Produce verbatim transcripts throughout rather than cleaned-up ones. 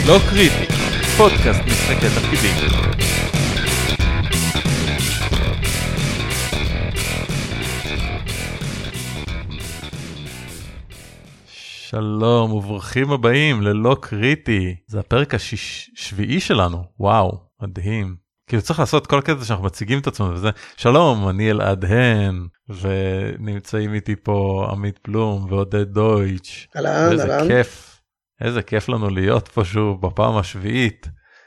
לא קריטי, פודקאסט משחקי תפקידים. שלום וברוכים הבאים ללא קריטי. זה הפרק השביעי שלנו. וואו, מדהים. כאילו צריך לעשות כל כזה שאנחנו מציגים את עצמנו וזה. שלום, אני אלעד הן, ונמצאים איתי פה עמית בלום ועודד דויטש. אהלן, איזה אהלן. כיף, איזה כיף לנו להיות פה שוב בפעם השביעית.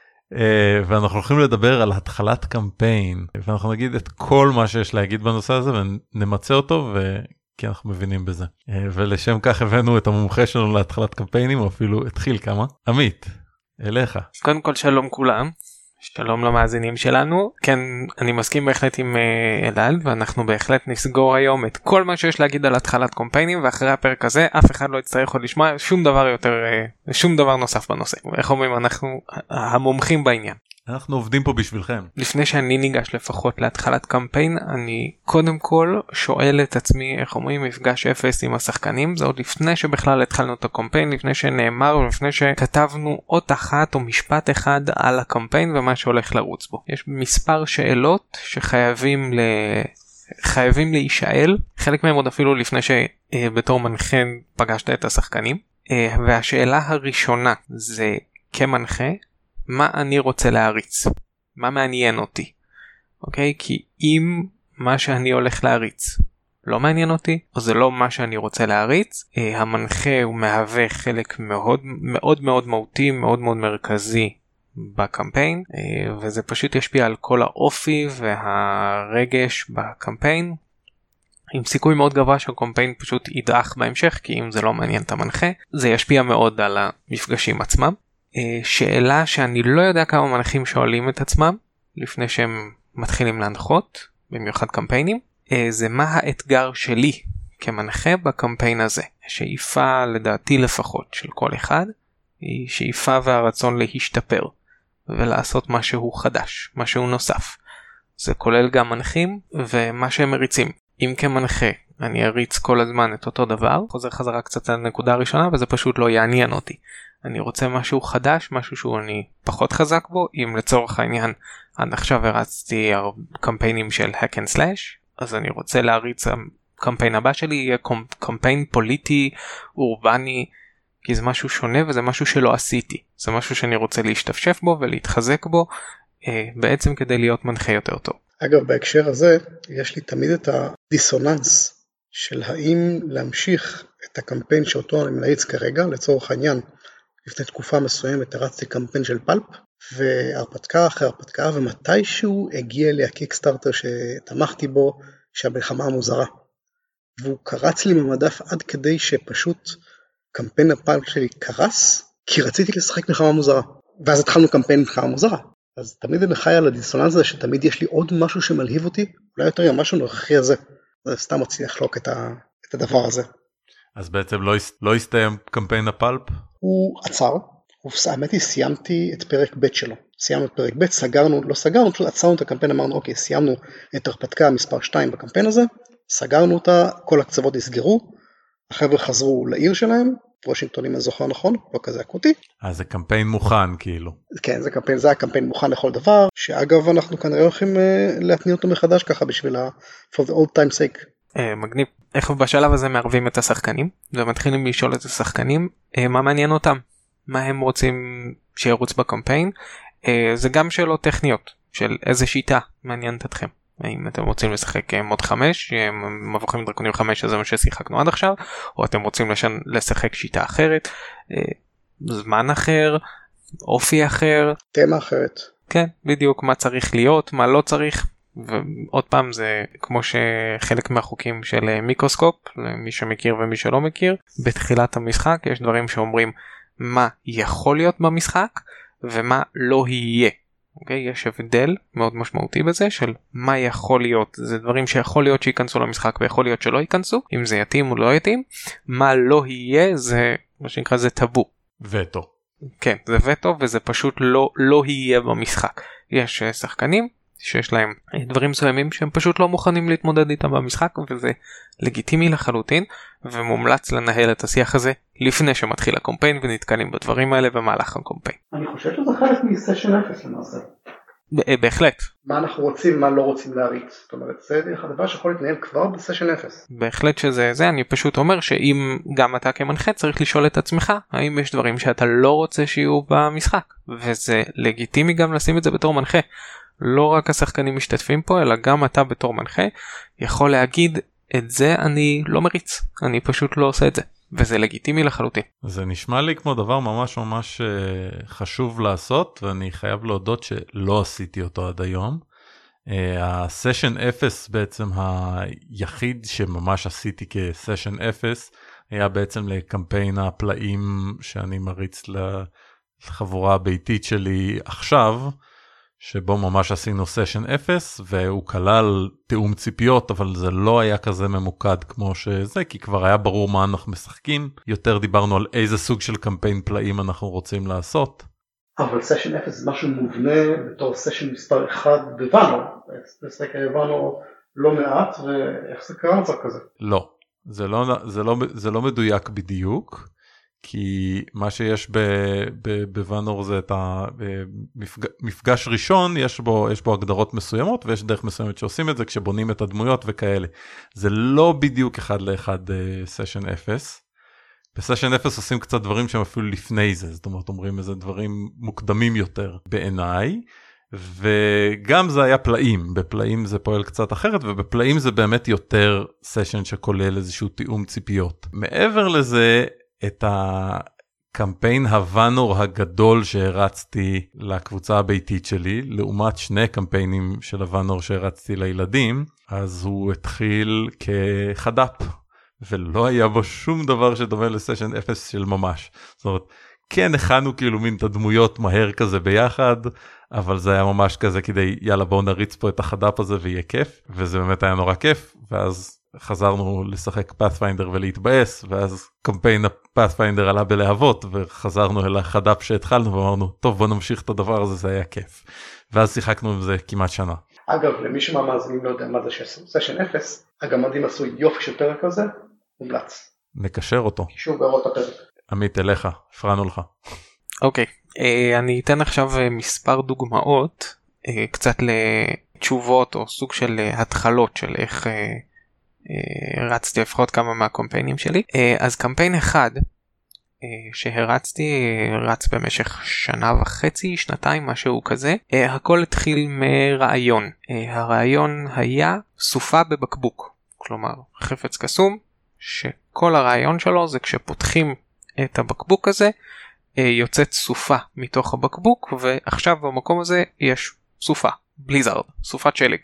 ואנחנו הולכים לדבר על התחלת קמפיין, ואנחנו נגיד את כל מה שיש להגיד בנושא הזה ונמצא אותו, כי אנחנו מבינים בזה. ולשם כך הבאנו את המומחה שלנו להתחלת קמפיינים, או אפילו התחיל כמה. עמית, אליך. קודם כל שלום כולם, שלום למאזינים שלנו. כן, אני מסכים בהחלט עם אלעד, ואנחנו בהחלט נסגור היום את כל מה שיש להגיד על התחלת קמפיינים, ואחרי הפרק הזה אף אחד לא יצטרך עוד לשמוע שום דבר יותר, שום דבר נוסף בנושא. איך אומרים, אנחנו המומחים בעניין. אנחנו עובדים פה בשבילכם. לפני שאני ניגש לפחות להתחלת קמפיין, אני קודם כל שואל את עצמי, איך אומרים, מפגש אפס עם השחקנים. זה עוד לפני שבכלל התחלנו את הקמפיין, לפני שנאמר ולפני שכתבנו אות אחת או משפט אחד על הקמפיין ומה שהולך לרוץ בו. יש מספר שאלות שחייבים ל... חייבים להישאל, חלק מהם עוד אפילו לפני שבתור מנחה פגשת את השחקנים. והשאלה הראשונה זה כמנחה, מה אני רוצה להריץ? מה מעניין אותי? אוקיי? כי אם מה שאני הולך להריץ לא מעניין אותי, או זה לא מה שאני רוצה להריץ, המנחה הוא מהווה חלק מאוד מאוד מאוד מהותי, מאוד מאוד מרכזי בקמפיין, וזה פשוט ישפיע על כל האופי והרגש בקמפיין, עם סיכוי מאוד גבוה שהקמפיין פשוט ידעך בהמשך, כי אם זה לא מעניין את המנחה, זה ישפיע מאוד על המפגשים עצמם. שאלה שאני לא יודע כמה מנחים שואלים את עצמם לפני שהם מתחילים להנחות, במיוחד קמפיינים, זה מה האתגר שלי כמנחה בקמפיין הזה. שאיפה לדעתי לפחות של כל אחד היא שאיפה והרצון להשתפר ולעשות משהו חדש, משהו נוסף. זה כולל גם מנחים ומה שהם מריצים. אם כמנחה אני אריץ כל הזמן את אותו דבר, חוזר חזרה קצת לנקודה הראשונה וזה פשוט לא יעניין אותי. אני רוצה משהו חדש, משהו שהוא אני פחות חזק בו. אם לצורך העניין עד עכשיו הרצתי קמפיינים של hack and slash, אז אני רוצה להריץ, הקמפיין הבא שלי יהיה קמפיין פוליטי, אורבני, כי זה משהו שונה וזה משהו שלא עשיתי. זה משהו שאני רוצה להשתפשף בו ולהתחזק בו, בעצם כדי להיות מנחה יותר טוב. אגב, בהקשר הזה, יש לי תמיד את הדיסוננס של האם להמשיך את הקמפיין שאותו אני מלהיץ כרגע, לצורך העניין, לפני תקופה מסוימת הרצתי קמפיין של פלפ, והרפתקה אחרי הרפתקה, ומתישהו הגיע לי הקיקסטארטר שתמכתי בו, שהמלחמה המוזרה. והוא קרץ לי במדף עד כדי שפשוט קמפיין הפלפ שלי קרס, כי רציתי לשחק מלחמה מוזרה. ואז התחלנו קמפיין מלחמה מוזרה. אז תמיד אני חי על הדיסוננס הזה, שתמיד יש לי עוד משהו שמלהיב אותי, אולי יותר גם משהו נוכחי הזה. אז סתם רציתי לחלוק את, ה... את הדבר הזה. אז בעצם לא, לא הסתיים קמפיין הפלפ? הוא עצר, האמת היא סיימתי את פרק ב' שלו, סיימנו את פרק ב', סגרנו, לא סגרנו, פשוט עצרנו את הקמפיין, אמרנו אוקיי, סיימנו את הרפתקה מספר שתיים בקמפיין הזה, סגרנו אותה, כל הקצוות נסגרו, החבר'ה חזרו לעיר שלהם, וושינגטון אם אני זוכר נכון, לא כזה אקוטי. אז זה קמפיין מוכן כאילו. כן, זה קמפיין, זה הקמפיין מוכן לכל דבר, שאגב אנחנו כנראה הולכים להתניע אותו מחדש ככה בשביל ה- for the old time sake. מגניב. איך בשלב הזה מערבים את השחקנים ומתחילים לשאול את השחקנים מה מעניין אותם, מה הם רוצים שירוץ בקמפיין. זה גם שאלות טכניות של איזה שיטה מעניינת אתכם. האם אתם רוצים לשחק מוד חמש, מבוכים דרקונים חמש, שזה מה ששיחקנו עד עכשיו, או אתם רוצים לשן, לשחק שיטה אחרת, זמן אחר, אופי אחר, תמה אחרת. כן, בדיוק, מה צריך להיות, מה לא צריך. ועוד פעם, זה כמו שחלק מהחוקים של מיקרוסקופ, למי שמכיר ומי שלא מכיר, בתחילת המשחק יש דברים שאומרים מה יכול להיות במשחק ומה לא יהיה. אוקיי? יש הבדל מאוד משמעותי בזה של מה יכול להיות. זה דברים שיכול להיות שייכנסו למשחק ויכול להיות שלא ייכנסו, אם זה יתאים או לא יתאים. מה לא יהיה זה מה שנקרא זה טאבו. וטו. כן, זה וטו וזה פשוט לא, לא יהיה במשחק. יש שחקנים שיש להם דברים מסוימים שהם פשוט לא מוכנים להתמודד איתם במשחק, וזה לגיטימי לחלוטין, ומומלץ לנהל את השיח הזה לפני שמתחיל הקומפיין ונתקנים בדברים האלה במהלך הקומפיין. אני חושב שזה חלק מסשן אפס למעשה. בהחלט. מה אנחנו רוצים, מה לא רוצים להריץ. זאת אומרת, זה הדבר שיכול להתנהל כבר בסשן אפס. בהחלט שזה זה, אני פשוט אומר שאם גם אתה כמנחה צריך לשאול את עצמך, האם יש דברים שאתה לא רוצה שיהיו במשחק, וזה לגיטימי גם לשים את זה בתור מנחה. לא רק השחקנים משתתפים פה, אלא גם אתה בתור מנחה יכול להגיד, את זה אני לא מריץ, אני פשוט לא עושה את זה. וזה לגיטימי לחלוטין. זה נשמע לי כמו דבר ממש ממש חשוב לעשות, ואני חייב להודות שלא עשיתי אותו עד היום. הסשן אפס בעצם היחיד שממש עשיתי כסשן אפס, היה בעצם לקמפיין הפלאים שאני מריץ לחבורה הביתית שלי עכשיו, שבו ממש עשינו סשן אפס, והוא כלל תאום ציפיות, אבל זה לא היה כזה ממוקד כמו שזה, כי כבר היה ברור מה אנחנו משחקים, יותר דיברנו על איזה סוג של קמפיין פלאים אנחנו רוצים לעשות. אבל סשן אפס זה משהו מובנה בתור סשן מספר אחד בוואנו, זה הבנו לא מעט, ואיך זה קרה מצב כזה? לא, זה לא, זה לא, זה לא מדויק בדיוק, כי מה שיש בוואנור זה את המפגש ראשון, יש בו, יש בו הגדרות מסוימות, ויש דרך מסוימת שעושים את זה כשבונים את הדמויות וכאלה. זה לא בדיוק אחד לאחד סשן אפס. בסשן אפס עושים קצת דברים שהם אפילו לפני זה, זאת אומרת אומרים איזה דברים מוקדמים יותר בעיניי, וגם זה היה פלאים, בפלאים זה פועל קצת אחרת, ובפלאים זה באמת יותר סשן שכולל איזשהו תיאום ציפיות. מעבר לזה, את הקמפיין הוואנור הגדול שהרצתי לקבוצה הביתית שלי, לעומת שני קמפיינים של הוואנור שהרצתי לילדים, אז הוא התחיל כחד"פ, ולא היה בו שום דבר שדומה לסשן אפס של ממש. זאת אומרת, כן הכנו כאילו מין את הדמויות מהר כזה ביחד, אבל זה היה ממש כזה כדי, יאללה בואו נריץ פה את החד"פ הזה ויהיה כיף, וזה באמת היה נורא כיף, ואז חזרנו לשחק פאת'פיינדר ולהתבאס, ואז קמפיין הפאת'פיינדר עלה בלהבות, וחזרנו אל החד"פ שהתחלנו, ואמרנו, טוב בוא נמשיך את הדבר הזה, זה היה כיף. ואז שיחקנו עם זה כמעט שנה. אגב, למי שמאזינים לא יודע מה זה סשן אפס, הגמדים עשו יופי של פרק הזה, מומלץ. נקשר אותו. קישור בהערות הפרק. עמית אליך, הפרענו לך. אוקיי, אני אתן עכשיו מספר דוגמאות, קצת לתשובות או סוג של התחלות של איך רצתי לפחות כמה מהקמפיינים שלי. אז קמפיין אחד שהרצתי רץ במשך שנה וחצי, שנתיים, משהו כזה. הכל התחיל מרעיון. הרעיון היה סופה בבקבוק, כלומר חפץ קסום שכל הרעיון שלו זה כשפותחים את הבקבוק הזה יוצאת סופה מתוך הבקבוק, ועכשיו במקום הזה יש סופה, בליזארד, סופת שלג,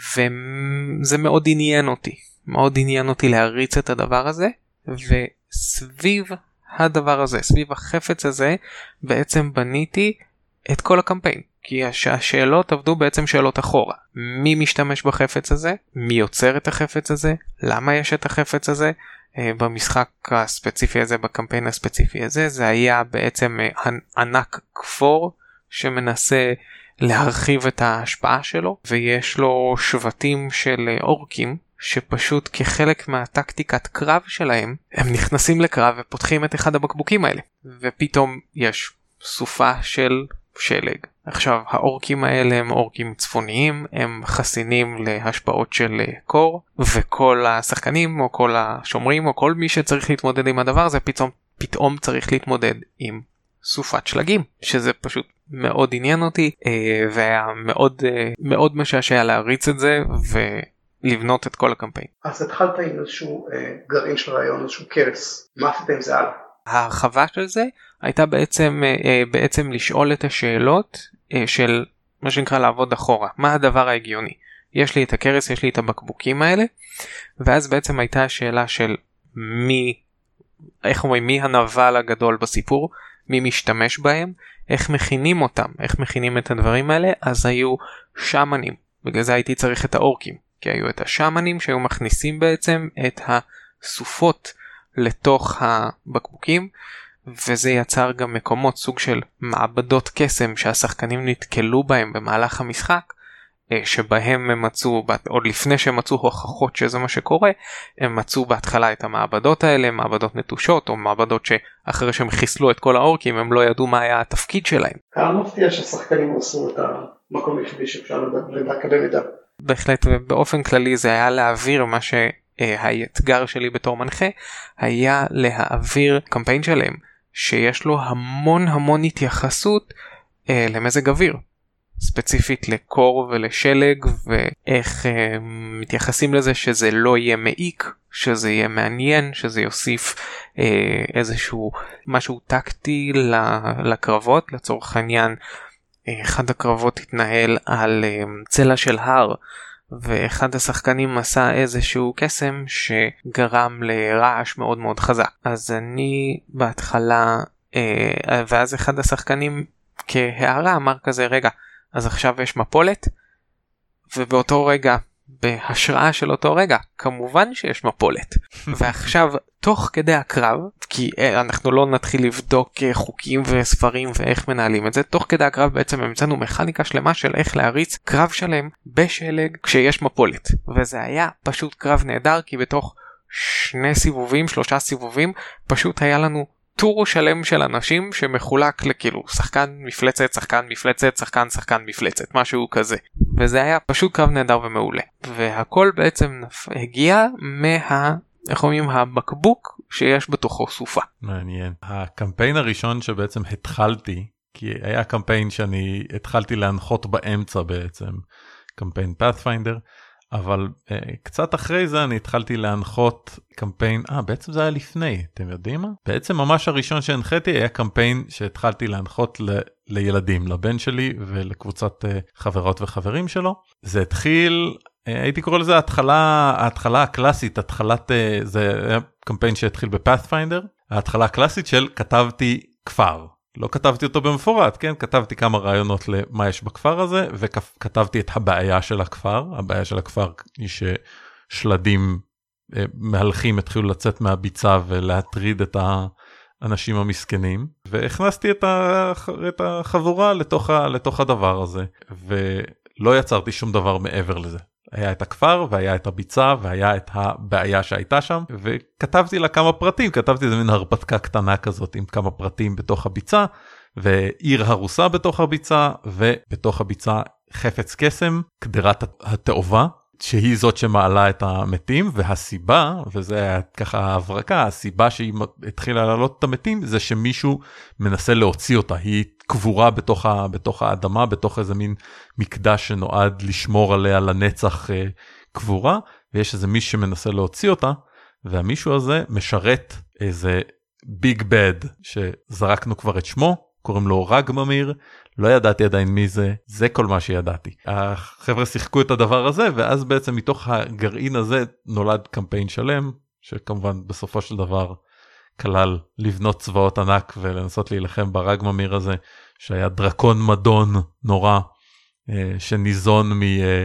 וזה מאוד עניין אותי, מאוד עניין אותי להריץ את הדבר הזה, וסביב הדבר הזה, סביב החפץ הזה, בעצם בניתי את כל הקמפיין, כי השאלות עבדו בעצם שאלות אחורה. מי משתמש בחפץ הזה? מי יוצר את החפץ הזה? למה יש את החפץ הזה? במשחק הספציפי הזה, בקמפיין הספציפי הזה, זה היה בעצם ענק כפור שמנסה להרחיב את ההשפעה שלו, ויש לו שבטים של אורקים שפשוט כחלק מהטקטיקת קרב שלהם הם נכנסים לקרב ופותחים את אחד הבקבוקים האלה, ופתאום יש סופה של שלג. עכשיו האורקים האלה הם אורקים צפוניים, הם חסינים להשפעות של קור, וכל השחקנים או כל השומרים או כל מי שצריך להתמודד עם הדבר הזה פתאום פתאום צריך להתמודד עם סופת שלגים, שזה פשוט מאוד עניין אותי, והיה מאוד מאוד משעשע להריץ את זה ולבנות את כל הקמפיין. אז התחלת עם איזשהו גרעין של רעיון, איזשהו קרס, מה עשית עם זה הלאה? ההרחבה של זה הייתה בעצם בעצם לשאול את השאלות של מה שנקרא לעבוד אחורה, מה הדבר ההגיוני. יש לי את הקרס, יש לי את הבקבוקים האלה, ואז בעצם הייתה השאלה של מי, איך אומרים, מי הנבל הגדול בסיפור, מי משתמש בהם, איך מכינים אותם, איך מכינים את הדברים האלה. אז היו שמנים, בגלל זה הייתי צריך את האורקים, כי היו את השמנים שהיו מכניסים בעצם את הסופות לתוך הבקבוקים, וזה יצר גם מקומות, סוג של מעבדות קסם שהשחקנים נתקלו בהם במהלך המשחק, שבהם הם מצאו, עוד לפני שהם מצאו הוכחות שזה מה שקורה, הם מצאו בהתחלה את המעבדות האלה, מעבדות נטושות, או מעבדות שאחרי שהם חיסלו את כל האורקים, הם לא ידעו מה היה התפקיד שלהם. כמה מפתיע ששחקנים עשו את המקום היחידי שאפשר לקבל מידע. בהחלט, ובאופן כללי זה היה להעביר מה שהאתגר שלי בתור מנחה, היה להעביר קמפיין שלם, שיש לו המון המון התייחסות אה, למזג אוויר. ספציפית לקור ולשלג, ואיך אה, מתייחסים לזה שזה לא יהיה מעיק, שזה יהיה מעניין, שזה יוסיף אה, איזשהו משהו טקטי לקרבות. לצורך העניין, אחד הקרבות התנהל על אה, צלע של הר, ואחד השחקנים עשה איזשהו קסם שגרם לרעש מאוד מאוד חזק. אז אני בהתחלה, אה, ואז אחד השחקנים כהערה אמר כזה, רגע, אז עכשיו יש מפולת, ובאותו רגע, בהשראה של אותו רגע, כמובן שיש מפולת. ועכשיו, תוך כדי הקרב, כי אנחנו לא נתחיל לבדוק חוקים וספרים ואיך מנהלים את זה, תוך כדי הקרב בעצם המצאנו מכניקה שלמה של איך להריץ קרב שלם בשלג כשיש מפולת. וזה היה פשוט קרב נהדר, כי בתוך שני סיבובים, שלושה סיבובים, פשוט היה לנו טור שלם של אנשים שמחולק לכאילו שחקן מפלצת, שחקן מפלצת, שחקן שחקן מפלצת, משהו כזה. וזה היה פשוט קרב נהדר ומעולה. והכל בעצם הגיע מה, איך אומרים, הבקבוק שיש בתוכו סופה. מעניין. הקמפיין הראשון שבעצם התחלתי, כי היה קמפיין שאני התחלתי להנחות באמצע בעצם, קמפיין Pathfinder, אבל uh, קצת אחרי זה אני התחלתי להנחות קמפיין, אה בעצם זה היה לפני, אתם יודעים מה? בעצם ממש הראשון שהנחיתי היה קמפיין שהתחלתי להנחות ל, לילדים, לבן שלי ולקבוצת uh, חברות וחברים שלו. זה התחיל, uh, הייתי קורא לזה ההתחלה, ההתחלה הקלאסית, התחלת, uh, זה היה קמפיין שהתחיל בפאת'פיינדר, ההתחלה הקלאסית של כתבתי כפר. לא כתבתי אותו במפורט, כן? כתבתי כמה רעיונות למה יש בכפר הזה, וכתבתי את הבעיה של הכפר. הבעיה של הכפר היא ששלדים אה, מהלכים התחילו לצאת מהביצה ולהטריד את האנשים המסכנים, והכנסתי את, ה, את החבורה לתוך, ה, לתוך הדבר הזה, ולא יצרתי שום דבר מעבר לזה. היה את הכפר, והיה את הביצה, והיה את הבעיה שהייתה שם, וכתבתי לה כמה פרטים, כתבתי איזה מין הרפתקה קטנה כזאת, עם כמה פרטים בתוך הביצה, ועיר הרוסה בתוך הביצה, ובתוך הביצה חפץ קסם, קדרת התאובה, שהיא זאת שמעלה את המתים, והסיבה, וזה היה ככה ההברקה, הסיבה שהיא התחילה לעלות את המתים, זה שמישהו מנסה להוציא אותה, היא קבורה בתוך, ה, בתוך האדמה, בתוך איזה מין מקדש שנועד לשמור עליה לנצח אה, קבורה, ויש איזה מישהו שמנסה להוציא אותה, והמישהו הזה משרת איזה ביג בד, שזרקנו כבר את שמו, קוראים לו רגממיר, לא ידעתי עדיין מי זה, זה כל מה שידעתי. החבר'ה שיחקו את הדבר הזה, ואז בעצם מתוך הגרעין הזה נולד קמפיין שלם, שכמובן בסופו של דבר כלל לבנות צבאות ענק ולנסות להילחם ברגממיר הזה, שהיה דרקון מדון נורא, שניזון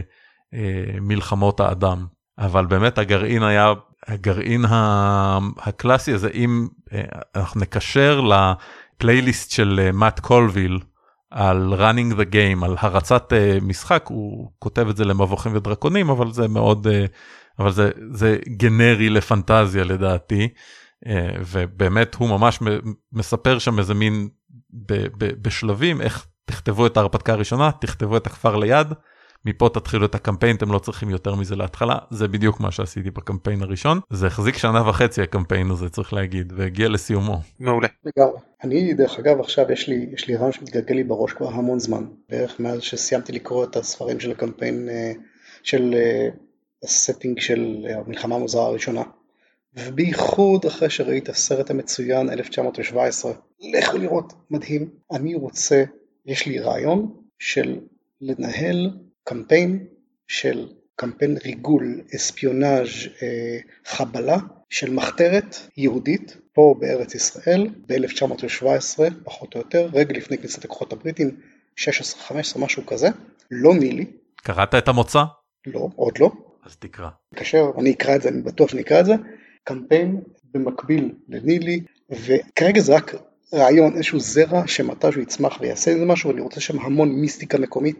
ממלחמות האדם. אבל באמת הגרעין היה, הגרעין הקלאסי הזה, אם אנחנו נקשר לפלייליסט של מאט קולוויל, על running the game, על הרצת uh, משחק, הוא כותב את זה למבוכים ודרקונים, אבל זה מאוד, uh, אבל זה, זה גנרי לפנטזיה לדעתי, uh, ובאמת הוא ממש מספר שם איזה מין ב- ב- בשלבים, איך תכתבו את ההרפתקה הראשונה, תכתבו את הכפר ליד, מפה תתחילו את הקמפיין, אתם לא צריכים יותר מזה להתחלה, זה בדיוק מה שעשיתי בקמפיין הראשון, זה החזיק שנה וחצי הקמפיין הזה, צריך להגיד, והגיע לסיומו. מעולה. לגמרי. אני, דרך אגב, עכשיו יש לי, יש לי רעיון שמתגלגל לי בראש כבר המון זמן, בערך מאז שסיימתי לקרוא את הספרים של הקמפיין, של הסטינג של המלחמה המוזרה הראשונה, ובייחוד אחרי שראיתי את הסרט המצוין אלף תשע מאות שבע עשרה, לכו לראות, מדהים, אני רוצה, יש לי רעיון של לנהל קמפיין של קמפיין ריגול, אספיונאז', אה, חבלה של מחתרת יהודית פה בארץ ישראל ב-אלף תשע מאות שבע עשרה פחות או יותר, רגע לפני כניסת הכוחות הבריטים, שש עשרה חמש עשרה משהו כזה, לא נילי. קראת את המוצא? לא, עוד לא. אז תקרא. כאשר אני אקרא את זה, אני בטוח שאני אקרא את זה, קמפיין במקביל לנילי, וכרגע זה רק רעיון, איזשהו זרע שמתישהו יצמח ויעשה איזה משהו, ואני רוצה שם המון מיסטיקה מקומית,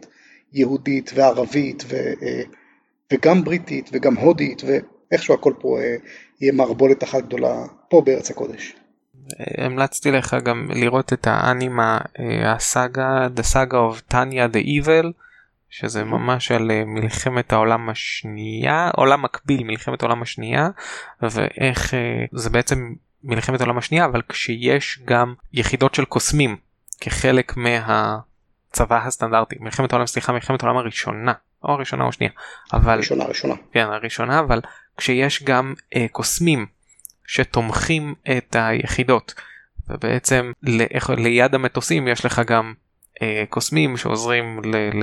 יהודית וערבית ו, וגם בריטית וגם הודית, ואיכשהו הכל פה יהיה מערבולת אחת גדולה פה בארץ הקודש. המלצתי לך גם לראות את האנימה, הסאגה, The Saga of Tanya the Evil, שזה ממש על מלחמת העולם השנייה, עולם מקביל, מלחמת העולם השנייה, ואיך זה בעצם מלחמת העולם השנייה, אבל כשיש גם יחידות של קוסמים, כחלק מהצבא הסטנדרטי, מלחמת העולם, סליחה, מלחמת העולם הראשונה, או הראשונה או השנייה, אבל... ראשונה, ראשונה. כן, הראשונה, אבל כשיש גם אה, קוסמים, שתומכים את היחידות, ובעצם ל... ליד המטוסים יש לך גם אה, קוסמים שעוזרים ל... ל...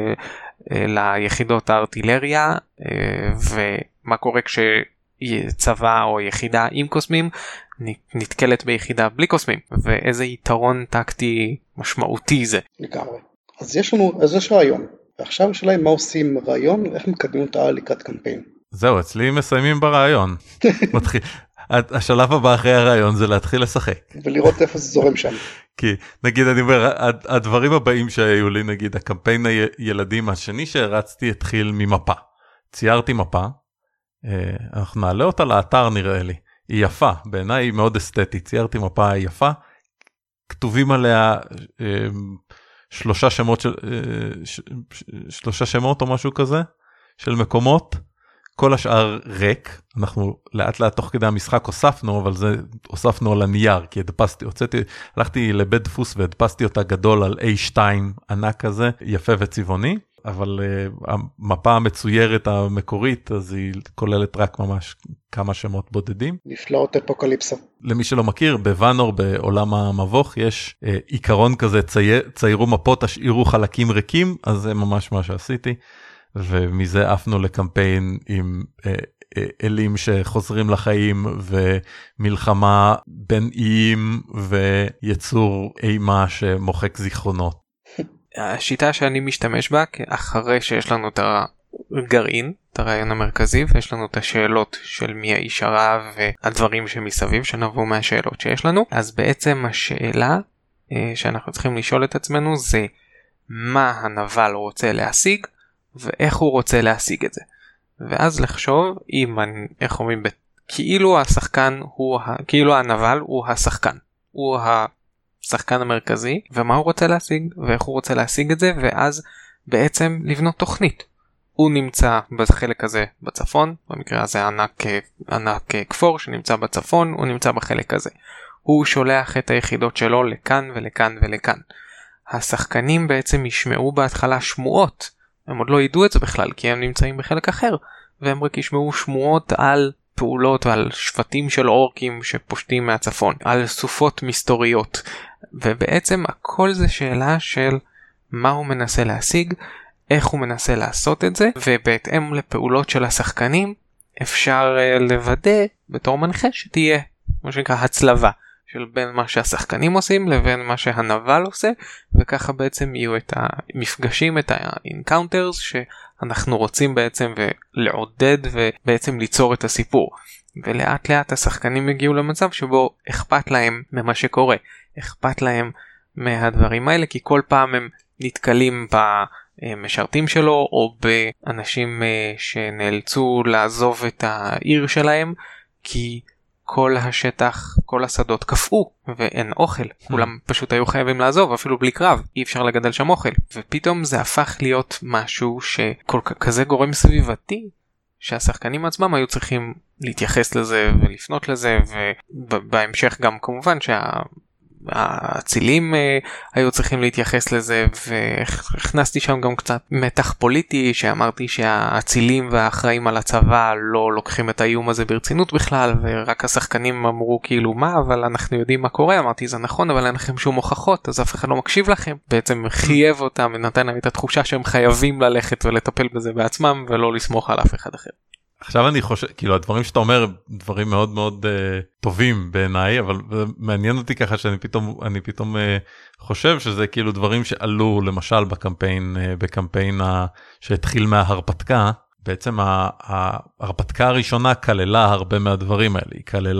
אה, ליחידות הארטילריה, אה, ומה קורה כשצבא או יחידה עם קוסמים נתקלת ביחידה בלי קוסמים, ואיזה יתרון טקטי משמעותי זה. לגמרי. אז יש לנו, אז יש רעיון, ועכשיו השאלה היא מה עושים רעיון, איך מקדמים אותה לקראת קמפיין. זהו, אצלי מסיימים ברעיון. מתחיל... השלב הבא אחרי הרעיון זה להתחיל לשחק. ולראות איפה זה זורם שם. כי נגיד אני אומר, הדברים הבאים שהיו לי, נגיד הקמפיין הילדים השני שהרצתי התחיל ממפה. ציירתי מפה, אנחנו נעלה אותה לאתר נראה לי. היא יפה, בעיניי היא מאוד אסתטית, ציירתי מפה יפה, כתובים עליה שלושה שמות, של, שלושה שמות או משהו כזה, של מקומות, כל השאר ריק, אנחנו לאט לאט תוך כדי המשחק הוספנו, אבל זה הוספנו על הנייר, כי הדפסתי, הוצאתי, הלכתי לבית דפוס והדפסתי אותה גדול על איי שתיים ענק כזה, יפה וצבעוני, אבל uh, המפה המצוירת המקורית, אז היא כוללת רק ממש כמה שמות בודדים. נפלאות אפוקליפסה. למי שלא מכיר, בוונור בעולם המבוך יש uh, עיקרון כזה, צייר, ציירו מפות, תשאירו חלקים ריקים, אז זה ממש מה שעשיתי. ומזה עפנו לקמפיין עם אלים שחוזרים לחיים ומלחמה בין איים ויצור אימה שמוחק זיכרונות. השיטה שאני משתמש בה, אחרי שיש לנו את הגרעין, את הרעיון המרכזי, ויש לנו את השאלות של מי האיש הרע והדברים שמסביב שנבוא מהשאלות שיש לנו, אז בעצם השאלה שאנחנו צריכים לשאול את עצמנו זה מה הנבל רוצה להשיג, ואיך הוא רוצה להשיג את זה. ואז לחשוב אם, איך אומרים, כאילו השחקן הוא, כאילו הנבל הוא השחקן. הוא השחקן המרכזי, ומה הוא רוצה להשיג, ואיך הוא רוצה להשיג את זה, ואז בעצם לבנות תוכנית. הוא נמצא בחלק הזה בצפון, במקרה הזה ענק, ענק כפור שנמצא בצפון, הוא נמצא בחלק הזה. הוא שולח את היחידות שלו לכאן ולכאן ולכאן. השחקנים בעצם ישמעו בהתחלה שמועות, הם עוד לא ידעו את זה בכלל, כי הם נמצאים בחלק אחר, והם רק ישמעו שמועות על פעולות ועל שבטים של אורקים שפושטים מהצפון, על סופות מסתוריות, ובעצם הכל זה שאלה של מה הוא מנסה להשיג, איך הוא מנסה לעשות את זה, ובהתאם לפעולות של השחקנים, אפשר לוודא בתור מנחה שתהיה, מה שנקרא, הצלבה. של בין מה שהשחקנים עושים לבין מה שהנבל עושה, וככה בעצם יהיו את המפגשים, את ה-encounters שאנחנו רוצים בעצם לעודד ובעצם ליצור את הסיפור. ולאט לאט השחקנים יגיעו למצב שבו אכפת להם ממה שקורה, אכפת להם מהדברים האלה, כי כל פעם הם נתקלים במשרתים שלו או באנשים שנאלצו לעזוב את העיר שלהם, כי כל השטח, כל השדות קפאו ואין אוכל, כולם פשוט היו חייבים לעזוב אפילו בלי קרב, אי אפשר לגדל שם אוכל, ופתאום זה הפך להיות משהו שכזה גורם סביבתי שהשחקנים עצמם היו צריכים להתייחס לזה ולפנות לזה, ובהמשך גם כמובן שה... הצילים היו צריכים להתייחס לזה, והכנסתי שם גם קצת מתח פוליטי, שאמרתי שהצילים והאחראים על הצבא לא לוקחים את האיום הזה ברצינות בכלל, ורק השחקנים אמרו כאילו מה, אבל אנחנו יודעים מה קורה. אמרתי זה נכון, אבל אין לכם שום הוכחות, אז אף אחד לא מקשיב לכם. בעצם חייב אותם ונתן להם את התחושה שהם חייבים ללכת ולטפל בזה בעצמם ולא לסמוך על אף אחד אחר. עכשיו אני חושב, כאילו הדברים שאתה אומר, דברים מאוד מאוד uh, טובים בעיניי, אבל מעניין אותי ככה שאני פתאום, אני פתאום uh, חושב שזה כאילו דברים שעלו למשל בקמפיין, uh, בקמפיין uh, שהתחיל מההרפתקה, בעצם ההרפתקה הראשונה כללה הרבה מהדברים האלה, היא כללה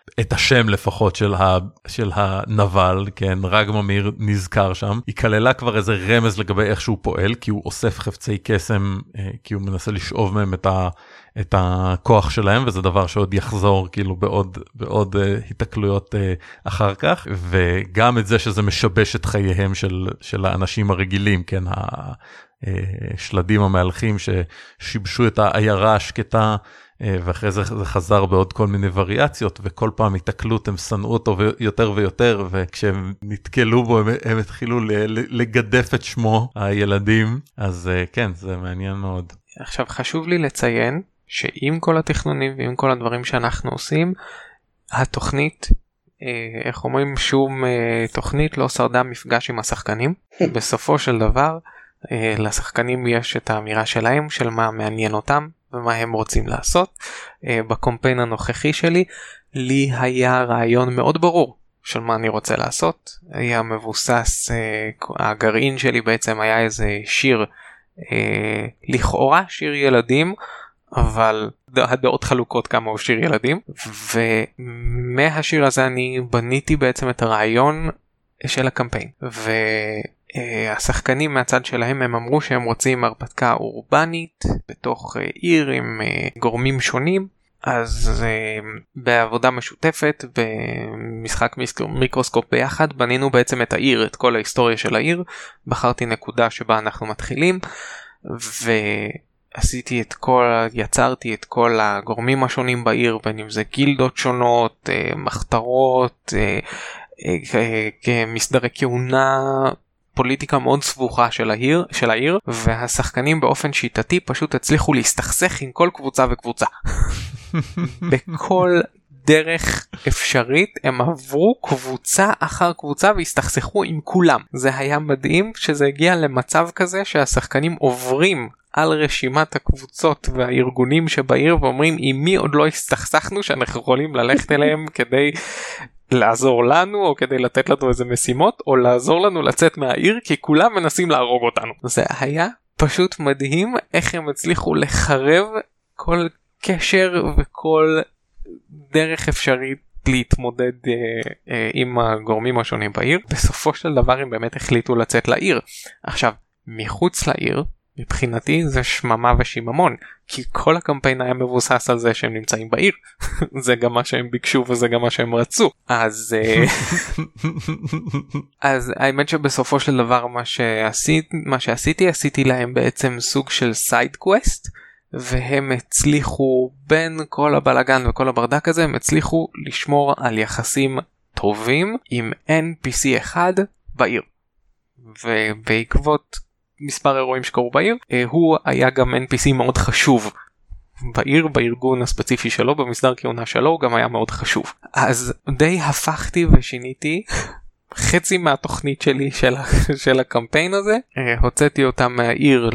את השם לפחות של, ה, של הנבל, כן, רגממיר נזכר שם, היא כללה כבר איזה רמז לגבי איך שהוא פועל, כי הוא אוסף חפצי קסם, כי הוא מנסה לשאוב מהם את, ה, את הכוח שלהם, וזה דבר שעוד יחזור כאילו בעוד, בעוד uh, התקלויות uh, אחר כך, וגם את זה שזה משבש את חייהם של, של האנשים הרגילים, כן, השלדים המהלכים ששיבשו את העיירה השקטה, ואחרי זה זה חזר בעוד כל מיני וריאציות, וכל פעם התקלות, הם שנאו אותו יותר ויותר, וכשהם נתקלו בו, הם, הם התחילו לגדף את שמו, הילדים, אז כן, זה מעניין מאוד. עכשיו חשוב לי לציין, שעם כל התכנונים ועם כל הדברים שאנחנו עושים, התוכנית, איך אומרים, שום תוכנית לא שרדה מפגש עם השחקנים. בסופו של דבר, לשחקנים יש את האמירה שלהם, של מה מעניין אותם, ומה הם רוצים לעשות. בקמפיין הנוכחי שלי, לי היה רעיון מאוד ברור של מה אני רוצה לעשות. היה מבוסס, הגרעין שלי בעצם היה איזה שיר, לכאורה שיר ילדים, אבל הדעות חלוקות כמה הוא שיר ילדים, ומהשיר הזה אני בניתי בעצם את הרעיון של הקמפיין. ו... השחקנים מהצד שלהם הם אמרו שהם רוצים הרפתקה אורבנית בתוך עיר עם גורמים שונים, אז בעבודה משותפת במשחק מיקרוסקופ ביחד בנינו בעצם את העיר, את כל ההיסטוריה של העיר. בחרתי נקודה שבה אנחנו מתחילים ועשיתי את כל, יצרתי את כל הגורמים השונים בעיר, בין אם זה גילדות שונות, מחתרות, מסדרי כהונה, פוליטיקה מאוד סבוכה של העיר, של העיר, והשחקנים באופן שיטתי פשוט הצליחו להסתכסך עם כל קבוצה וקבוצה. בכל דרך אפשרית הם עברו קבוצה אחר קבוצה והסתכסכו עם כולם. זה היה מדהים שזה הגיע למצב כזה שהשחקנים עוברים על רשימת הקבוצות והארגונים שבעיר ואומרים עם מי עוד לא הסתכסכנו שאנחנו יכולים ללכת אליהם כדי לעזור לנו או כדי לתת לנו איזה משימות או לעזור לנו לצאת מהעיר כי כולם מנסים להרוג אותנו. זה היה פשוט מדהים איך הם הצליחו לחרב כל קשר וכל דרך אפשרית להתמודד אה, אה, עם הגורמים השונים בעיר. בסופו של דבר הם באמת החליטו לצאת לעיר. עכשיו מחוץ לעיר מבחינתי זה שממה ושיממון, כי כל הקמפיין היה מבוסס על זה שהם נמצאים בעיר. זה גם מה שהם ביקשו וזה גם מה שהם רצו. אז אז האמת שבסופו של דבר מה שעשיתי, מה שעשיתי עשיתי להם בעצם סוג של סייד קווסט, והם הצליחו בין כל הבלגן וכל הברדק הזה הם הצליחו לשמור על יחסים טובים עם אן פי סי אחד בעיר, ובעקבות מספר אירועים שקרו בעיר הוא היה גם אן פי סי מאוד חשוב בעיר, בארגון הספציפי שלו, במסדר כהונה שלו הוא גם היה מאוד חשוב. אז די הפכתי ושיניתי חצי מהתוכנית שלי של, של הקמפיין הזה, הוצאתי אותם מהעיר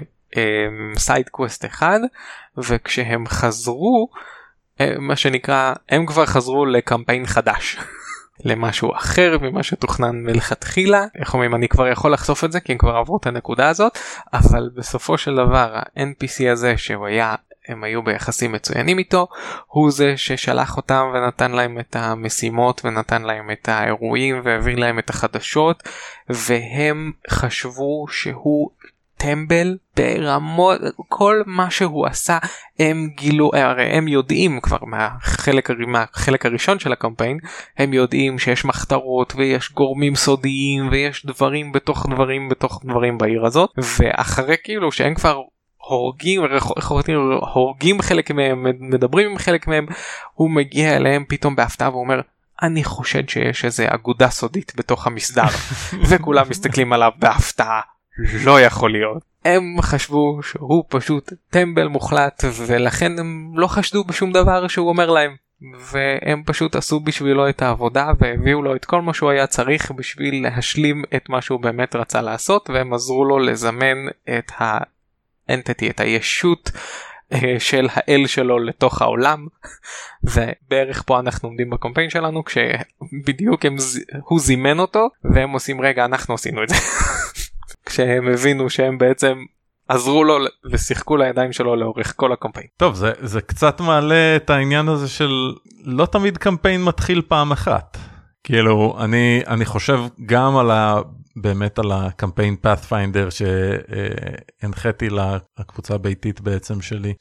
לסייד קווסט אחד, וכשהם חזרו מה שנקרא הם כבר חזרו לקמפיין חדש למשהו אחר ממה שתוכנן מלכתחילה. איך אומרים, אני כבר יכול לחשוף את זה כי הם כבר עברו את הנקודה הזאת, אבל בסופו של דבר ה-אן פי סי הזה שהוא היה, הם היו ביחסים מצוינים איתו, הוא זה ששלח אותם ונתן להם את המשימות ונתן להם את האירועים והעביר להם את החדשות, והם חשבו שהוא טמבל ברמות, כל מה שהוא עשה הם גילו, הרי הם יודעים כבר מהחלק, מהחלק הראשון של הקמפיין, הם יודעים שיש מחתרות ויש גורמים סודיים ויש דברים בתוך דברים בתוך דברים בעיר הזאת, ואחרי כאילו שהם כבר הורגים, הורגים חלק מהם, מדברים עם חלק מהם, הוא מגיע אליהם פתאום בהפתעה ואומר אני חושד שיש איזה אגודה סודית בתוך המסדר, וכולם מסתכלים עליו בהפתעה. לא יכול להיות. הם חשבו שהוא פשוט טמבל מוחלט, ולכן הם לא חשדו בשום דבר שהוא אומר להם, והם פשוט עשו בשבילו את העבודה והביאו לו את כל מה שהוא היה צריך בשביל להשלים את מה שהוא באמת רצה לעשות, והם עזרו לו לזמן את האנטיטי, את הישות של האל שלו לתוך העולם. ובערך פה אנחנו עומדים בקמפיין שלנו כשבדיוק הם, הוא זימן אותו והם עושים רגע אנחנו עשינו את זה. כשהם הבינו שהם בעצם עזרו לו ושיחקו לידיים שלו לאורך כל הקמפיין. טוב, זה, זה קצת מעלה את העניין הזה של לא תמיד קמפיין מתחיל פעם אחת. כאילו, אני, אני חושב גם על ה... באמת על הקמפיין Pathfinder שהנחיתי לקבוצה הביתית בעצם שלי,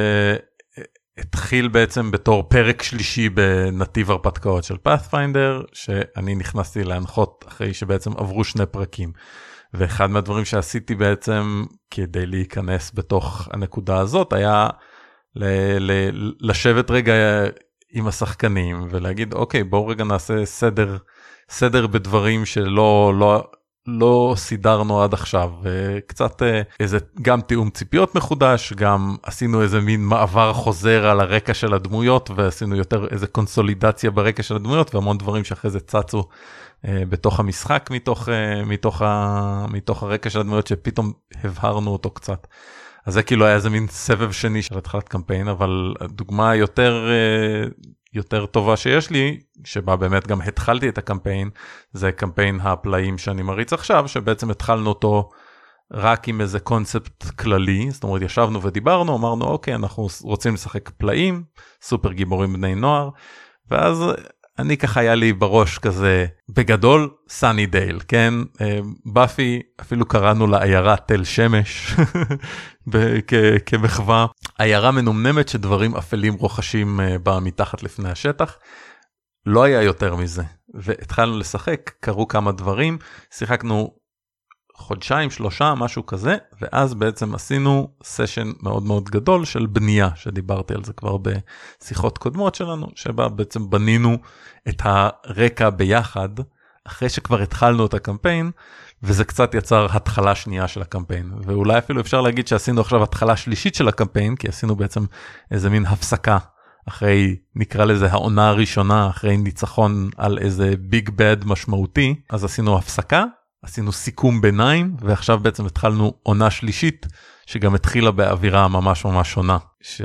שהתחיל בעצם בתור פרק שלישי בנתיב הרפתקאות של Pathfinder, שאני נכנסתי להנחות אחרי שבעצם עברו שני פרקים. ואחד מהדברים שעשיתי בעצם כדי להיכנס בתוך הנקודה הזאת, היה ל- ל- לשבת רגע עם השחקנים ולהגיד, אוקיי, בואו רגע נעשה סדר, סדר בדברים שלא, לא, לא סידרנו עד עכשיו, וקצת איזה, גם תיאום ציפיות מחודש, גם עשינו איזה מין מעבר חוזר על הרקע של הדמויות, ועשינו יותר איזה קונסולידציה ברקע של הדמויות, והמון דברים שאחרי זה צצו בתוך המשחק, מתוך, מתוך, ה, מתוך הרקע של הדמויות, שפתאום הבהרנו אותו קצת. אז זה כאילו היה איזה מין סבב שני של התחלת קמפיין, אבל הדוגמה יותר, יותר טובה שיש לי, שבה באמת גם התחלתי את הקמפיין, זה קמפיין הפלאים שאני מריץ עכשיו, שבעצם התחלנו אותו רק עם איזה קונספט כללי, זאת אומרת ישבנו ודיברנו, אמרנו אוקיי, אנחנו רוצים לשחק פלאים, סופר גיבורים בני נוער, ואז אני ככה היה לי בראש כזה, בגדול, סני דייל, כן? באפי, אפילו קראנו לה עיירה תל שמש, כמחווה. עיירה מנומנמת שדברים אפלים רוחשים בה מתחת לפני השטח. לא היה יותר מזה. והתחלנו לשחק, קרו כמה דברים, שיחקנו חודשיים, שלושה, משהו כזה, ואז בעצם עשינו סשן מאוד מאוד גדול של בנייה, שדיברתי על זה כבר בשיחות קודמות שלנו, שבה בעצם בנינו את הרקע ביחד, אחרי שכבר התחלנו את הקמפיין, וזה קצת יצר התחלה שנייה של הקמפיין, ואולי אפילו אפשר להגיד שעשינו עכשיו התחלה שלישית של הקמפיין, כי עשינו בעצם איזה מין הפסקה, אחרי, נקרא לזה העונה הראשונה, אחרי ניצחון על איזה ביג בד משמעותי, אז עשינו הפסקה, עשינו סיכום ביניים, ועכשיו בעצם התחלנו עונה שלישית, שגם התחילה באווירה ממש ממש שונה,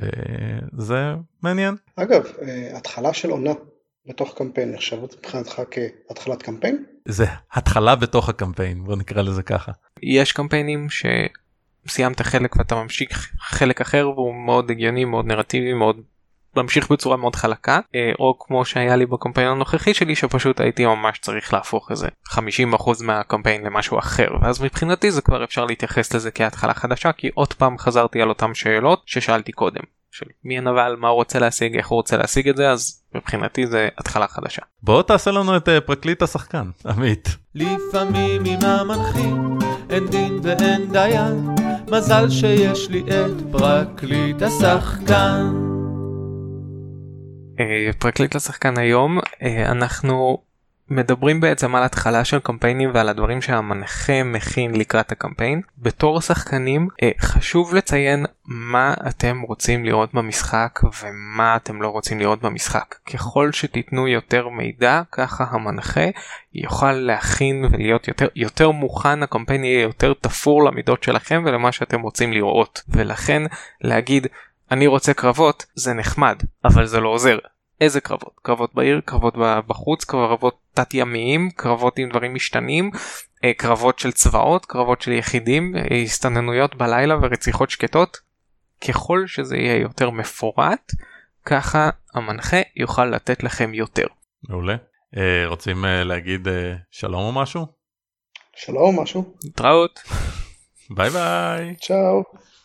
שזה מעניין. אגב, התחלה של עונה בתוך קמפיין, נחשבת מבחינתך כהתחלת קמפיין? זה התחלה בתוך הקמפיין, בוא נקרא לזה ככה. יש קמפיינים שסיימת חלק ואתה ממשיך חלק אחר, והוא מאוד הגיוני, מאוד נרטיבי, מאוד ממשיך בצורה מאוד חלקה, או כמו שהיה לי בקמפיין הנוכחי שלי, שפשוט הייתי ממש צריך להפוך איזה חמישים אחוז מהקמפיין למשהו אחר, ואז מבחינתי זה כבר אפשר להתייחס לזה כהתחלה חדשה, כי עוד פעם חזרתי על אותם שאלות ששאלתי קודם, של מי הנבל, מה הוא רוצה להשיג, איך הוא רוצה להשיג את זה, אז מבחינתי זה התחלה חדשה. בוא תעשה לנו את פרקליט השחקן, עמית. לפעמים עם המנחים אין דין ואין דיין, מזל שיש לי את פרקליט השחקן. פרקליט לשחקן היום, אנחנו מדברים בעצם על התחלה של קמפיינים ועל הדברים שהמנחה מכין לקראת הקמפיין. בתור שחקנים חשוב לציין מה אתם רוצים לראות במשחק ומה אתם לא רוצים לראות במשחק. ככל שתיתנו יותר מידע, ככה המנחה יוכל להכין ולהיות יותר, יותר מוכן, הקמפיין יהיה יותר תפור למידות שלכם ולמה שאתם רוצים לראות. ולכן להגיד אני רוצה קרבות, זה נחמד, אבל זה לא עוזר. איזה קרבות? קרבות בעיר, קרבות בחוץ, קרבות תת ימיים, קרבות עם דברים משתנים, קרבות של צבאות, קרבות של יחידים, הסתננויות בלילה ורציחות שקטות. ככל שזה יהיה יותר מפורט, ככה המנחה יוכל לתת לכם יותר. מעולה. רוצים להגיד שלום או משהו? שלום או משהו. התראות. ביי ביי. צ'או.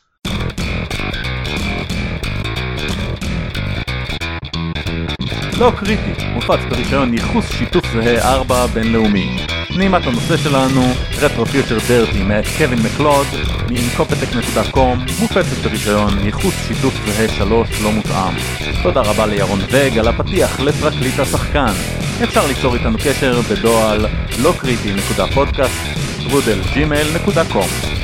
לא קריטי, מופץ ברישיון ייחוס שיתוף זהה ארבע בינלאומי. פנימת הנושא שלנו, רטרו פיוטר דרטי מאת קווין מקלוד, מ-אינקופטק נקודה קום, מופצת ברישיון ייחוס שיתוף זהה שלוש לא מותאם. תודה רבה לירון וג על הפתיח לפרקליט השחקן. אפשר ליצור איתנו קשר בדואל לא קריטי נקודה פודקאסט, רודל ג'ימייל נקודה קום.